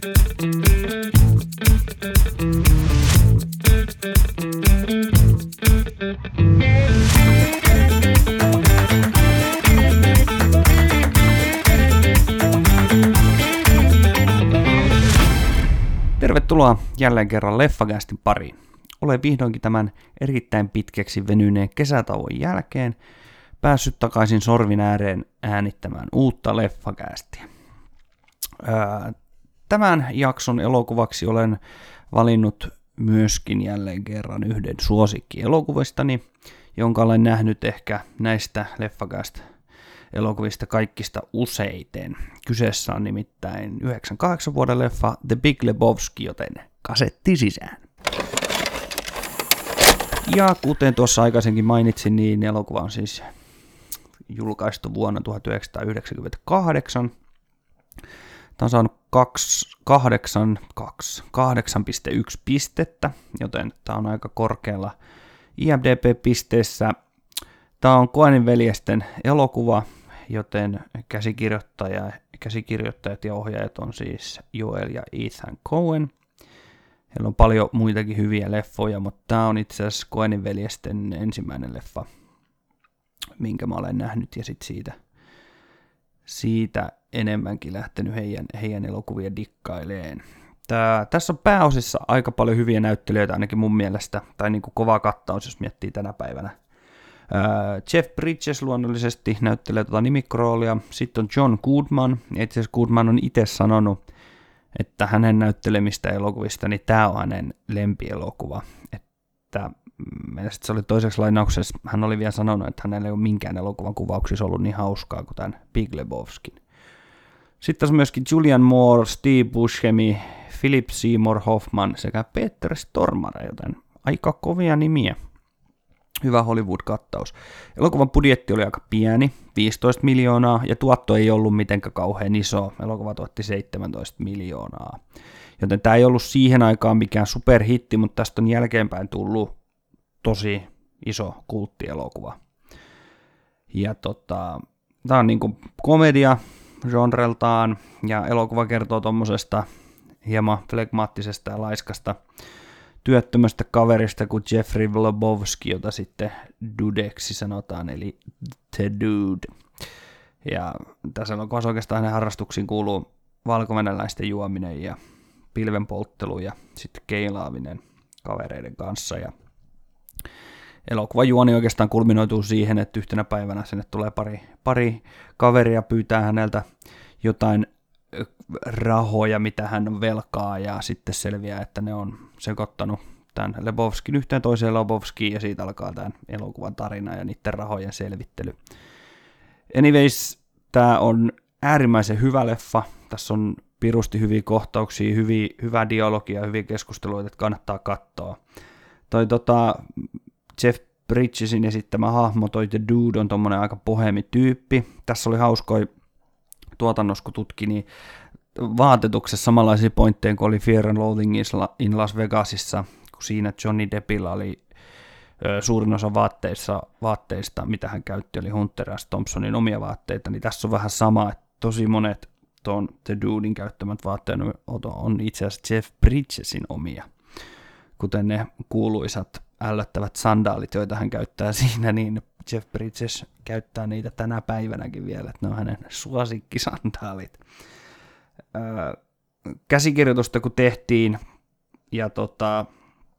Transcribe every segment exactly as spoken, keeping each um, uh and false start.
Tervetuloa jälleen kerran Leffacastin pariin. Olen vihdoinkin tämän erittäin pitkäksi venyneen kesätauon jälkeen päässyt takaisin sorvin ääreen äänittämään uutta Leffacastia. Tämän jakson elokuvaksi olen valinnut myöskin jälleen kerran yhden suosikkielokuvistani, jonka olen nähnyt ehkä näistä Leffacast-elokuvista kaikista useiten. Kyseessä on nimittäin yhdeksänkymmentäkahdeksan vuoden leffa The Big Lebowski, joten kasetti sisään. Ja kuten tuossa aikaisemmin mainitsin, niin elokuva on siis julkaistu vuonna tuhatyhdeksänsataayhdeksänkymmentäkahdeksan. Tämä on saanut kahdeksan pilkku yksi pistettä, joten tämä on aika korkealla I M D B-pisteessä. Tämä on Coenin veljesten elokuva, joten käsikirjoittaja, käsikirjoittajat ja ohjaajat on siis Joel ja Ethan Coen. Heillä on paljon muitakin hyviä leffoja, mutta tämä on itse asiassa Coenin veljesten ensimmäinen leffa, minkä mä olen nähnyt, ja sitten siitä, siitä enemmänkin lähtenyt heidän, heidän elokuvia dikkaileen. Tää, tässä on pääosissa aika paljon hyviä näyttelijöitä ainakin mun mielestä, tai niin kuin kova kattaus, jos miettii tänä päivänä. Ää, Jeff Bridges luonnollisesti näyttelee tuota nimikkoroolia, sitten on John Goodman, itse asiassa Goodman on itse sanonut, että hänen näyttelemistä elokuvista, niin tämä on hänen lempielokuva. Että mielestäni se oli toiseksi lainauksessa, hän oli vielä sanonut, että hänellä ei ole minkään elokuvan kuvauksissa ollut niin hauskaa kuin tämän Big Lebowskin. Sitten on myöskin Julianne Moore, Steve Buscemi, Philip Seymour Hoffman sekä Peter Stormare, joten aika kovia nimiä. Hyvä Hollywood-kattaus. Elokuvan budjetti oli aika pieni, viisitoista miljoonaa, ja tuotto ei ollut mitenkään kauhean iso. Elokuva tuotti seitsemäntoista miljoonaa. Joten tämä ei ollut siihen aikaan mikään superhitti, mutta tästä on jälkeenpäin tullut tosi iso kulttielokuva. Ja tota, tämä on niinku komedia genreltaan, ja elokuva kertoo tommosesta hieman flegmaattisesta ja laiskasta työttömästä kaverista kuin Jeffrey Lebowski, jota sitten Dudeksi sanotaan, eli The Dude. Ja tässä elokuvassa oikeastaan hänen harrastuksiin kuuluu valkovenäläisten juominen ja pilvenpolttelu ja sitten keilaaminen kavereiden kanssa. Ja elokuvan juoni oikeastaan kulminoituu siihen, että yhtenä päivänä sinne tulee pari, pari kaveria pyytää häneltä jotain rahoja, mitä hän on velkaa, ja sitten selviää, että ne on sekoittanut tämän Lebowskin yhteen toiseen Lebowskiin, ja siitä alkaa tämän elokuvan tarina ja niiden rahojen selvittely. Anyways, tämä on äärimmäisen hyvä leffa. Tässä on pirusti hyviä kohtauksia, hyviä, hyvää dialogia ja hyviä keskusteluita, että kannattaa katsoa. Toi tota, Jeff Bridgesin esittämä hahmo, toi The Dude, on tommonen aika bohemi-tyyppi. Tässä oli hauskoja tuotannossa, kun tutki, niin vaatetuksessa samanlaisia pointteja kuin oli Fear and Loathing in Las Vegasissa, kun siinä Johnny Deppillä oli ö, suurin osa vaatteista, vaatteista, mitä hän käytti, oli Hunter S. Thompsonin omia vaatteita, niin tässä on vähän sama, että tosi monet tuon The Dudein käyttämät vaatteet on itse asiassa Jeff Bridgesin omia, kuten ne kuuluisat ällöttävät sandaalit, joita hän käyttää siinä, niin Jeff Bridges käyttää niitä tänä päivänäkin vielä, että ne on hänen suosikkisandaalit. Öö, käsikirjoitusta kun tehtiin, ja tota,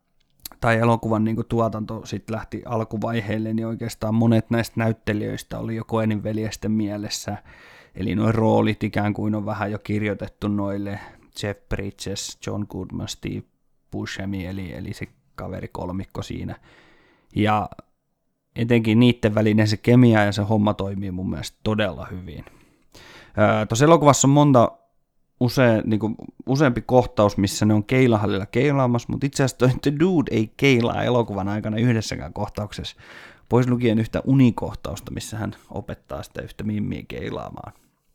tai elokuvan niin kuin tuotanto sitten lähti alkuvaiheelle, niin oikeastaan monet näistä näyttelijöistä oli jo Coenin veljesten mielessä, eli nuo roolit ikään kuin on vähän jo kirjoitettu noille Jeff Bridges, John Goodman, Steve Buscemi, eli, eli se kaveri kolmikko siinä, ja etenkin niiden välinen se kemia ja se homma toimii mun mielestä todella hyvin. Öö, Tuossa elokuvassa on monta use, niin kuin, useampi kohtaus, missä ne on keilahallilla keilaamassa, mutta itse asiassa The Dude ei keilaa elokuvan aikana yhdessäkään kohtauksessa, pois lukien yhtä unikohtausta, missä hän opettaa sitä yhtä mimmiä keilaamaan.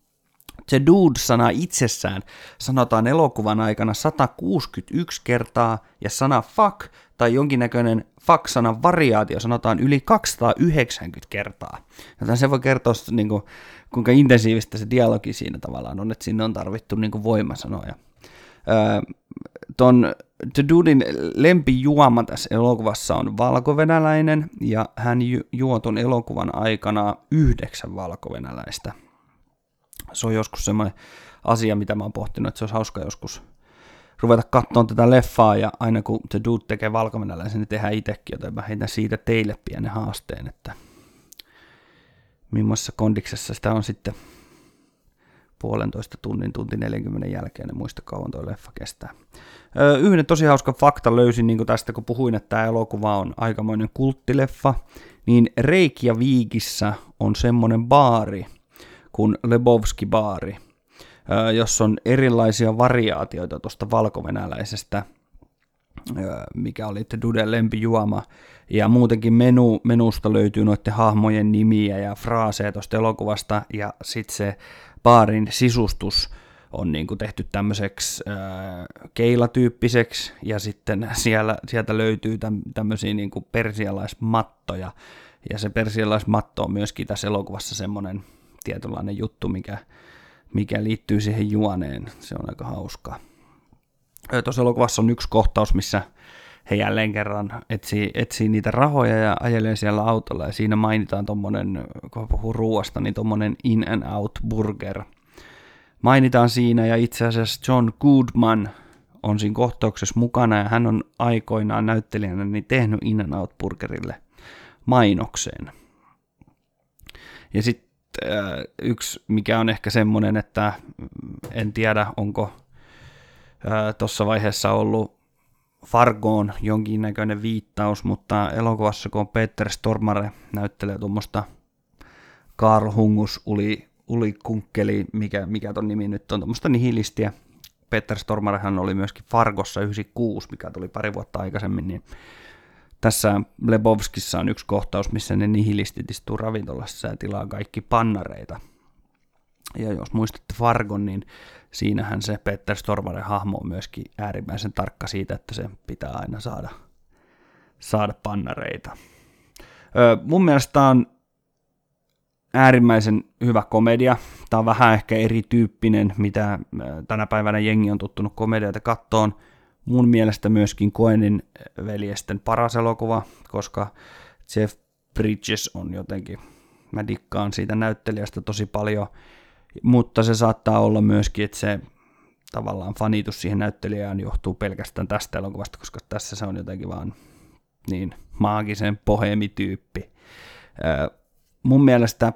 Se Dude-sana itsessään sanotaan elokuvan aikana sata kuusikymmentäyksi kertaa, ja sana fuck tai jonkinnäköinen fuck-sanan variaatio sanotaan yli kaksisataayhdeksänkymmentä kertaa. Joten se voi kertoa, niin kuin, kuinka intensiivistä se dialogi siinä tavallaan on, että sinne on tarvittu niin kuin voimasanoja. Öö, ton The Duden lempijuoma tässä elokuvassa on valkovenäläinen, ja hän ju- juo ton elokuvan aikana yhdeksän valkovenäläistä. Se on joskus semmoinen asia, mitä mä oon pohtinut, että se olisi hauska joskus ruveta katsomaan tätä leffaa, ja aina kun The Dude tekee valkovenäläisen, niin tehdään itsekin, joten mä heitän siitä teille pienen haasteen, että millaisessa kondiksessa sitä on sitten puolentoista tunnin, tunti neljänkymmenen jälkeen, en muista kauan tuo leffa kestää. Öö, yhden tosi hauskan faktan löysin niin tästä, kun puhuin, että tämä elokuva on aikamoinen kulttileffa, niin Reykjavikissa on semmoinen baari kuin Lebowski-baari, öö, jossa on erilaisia variaatioita tuosta valkovenäläisestä, öö, mikä oli The Duden lempijuoma, ja muutenkin menu, menusta löytyy noiden hahmojen nimiä ja fraaseja tuosta elokuvasta, ja sitten se baarin sisustus on niin kuin tehty tämmöiseksi äh, keilatyyppiseksi, ja sitten siellä, sieltä löytyy täm, tämmöisiä niin kuin persialaismattoja, ja se persialaismatto on myöskin tässä elokuvassa semmoinen tietynlainen juttu, mikä, mikä liittyy siihen juoneen. Se on aika hauskaa. Tuossa elokuvassa on yksi kohtaus, missä he jälleen kerran etsii, etsii niitä rahoja ja ajelee siellä autolla, ja siinä mainitaan tuommoinen, kun puhuu ruoasta, niin tuommoinen In-N-Out Burger. Mainitaan siinä, ja itse asiassa John Goodman on siinä kohtauksessa mukana, ja hän on aikoinaan näyttelijänä niin tehnyt In-N-Out Burgerille mainokseen. Ja sitten äh, yksi, mikä on ehkä semmoinen, että en tiedä, onko äh, tuossa vaiheessa ollut Fargoon jonkinnäköinen viittaus, mutta elokuvassa, kun Peter Stormare näyttelee tuommoista Karl Hungus uli, ulikunkkeli, mikä, mikä ton nimi nyt on, tuommoista nihilistiä. Peter Stormarehan oli myöskin Fargossa yhdeksänkymmentäkuusi, mikä tuli pari vuotta aikaisemmin, niin tässä Lebowskissa on yksi kohtaus, missä ne nihilistit istuu ravintolassa ja tilaa kaikki pannareita. Ja jos muistatte Fargon, niin siinähän se Peter Stormaren hahmo on myöskin äärimmäisen tarkka siitä, että se pitää aina saada, saada pannareita. Öö, mun mielestä tämä on äärimmäisen hyvä komedia. Tämä on vähän ehkä erityyppinen, mitä tänä päivänä jengi on tuttunut komedioita kattoon. Mun mielestä myöskin Coenin veljesten paras elokuva, koska Jeff Bridges on jotenkin, mä dikkaan siitä näyttelijästä tosi paljon, mutta se saattaa olla myöskin, että se tavallaan fanitus siihen näyttelijään johtuu pelkästään tästä elokuvasta, koska tässä se on jotenkin vaan niin maagisen poheemityyppi. Mun mielestä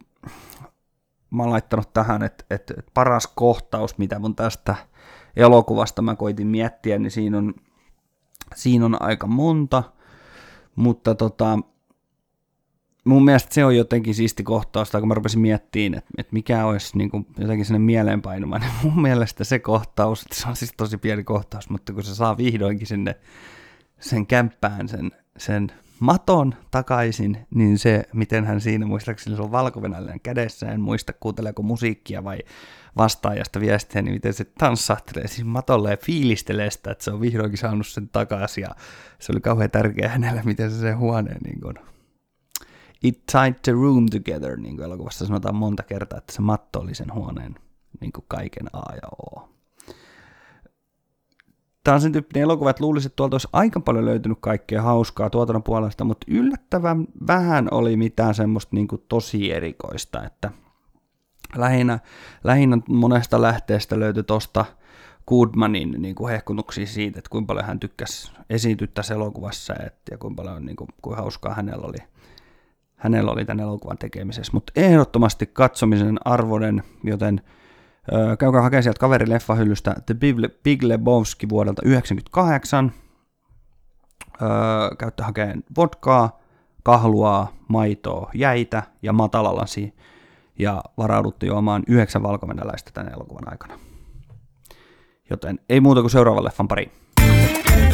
mä oon laittanut tähän, että, että paras kohtaus, mitä mun tästä elokuvasta mä koitin miettiä, niin siinä on, siinä on aika monta, mutta tota, mun mielestä se on jotenkin siisti kohtaus, kun mä rupesin miettimään, että, että mikä olisi niin kuin jotenkin sellainen mieleenpainuma, niin mun mielestä se kohtaus, se on siis tosi pieni kohtaus, mutta kun se saa vihdoinkin sinne sen kämppään sen, sen maton takaisin, niin se, miten hän siinä, muistaakseni se on valkovenäläinen kädessä, en muista kuunteleeko musiikkia vai vastaajasta viestiä, niin miten se tanssahtelee siinä matolle ja fiilistelee sitä, että se on vihdoinkin saanut sen takaisin, ja se oli kauhean tärkeää hänelle, miten se sen huoneen niin kuin it tied the room together, niin kuin elokuvassa sanotaan monta kertaa, että se matto oli sen huoneen niin kuin kaiken A ja O. Tämä on sen tyyppinen elokuva, että luulisin, että tuolta olisi aika paljon löytynyt kaikkea hauskaa tuotannon puolesta, mutta yllättävän vähän oli mitään semmoista niin kuin tosi erikoista, että lähinnä, lähinnä monesta lähteestä löytyi tuosta Goodmanin niin kuin hehkutuksia siitä, että kuinka paljon hän tykkäsi esiintyä tässä elokuvassa ja kuinka paljon niin kuin, kuinka hauskaa hänellä oli, hänellä oli tämän elokuvan tekemisessä, mutta ehdottomasti katsomisen arvoinen, joten Öö, käykää hakemaan sieltä kaverileffahyllystä The Big Lebowski vuodelta yhdeksänkymmentäkahdeksan. Öö, käytte hakemaan vodkaa, kahlua, maitoa, jäitä ja matalalasia. Ja varaudutte juomaan yhdeksän valkovenäläistä tämän elokuvan aikana. Joten ei muuta kuin seuraavan leffan pariin.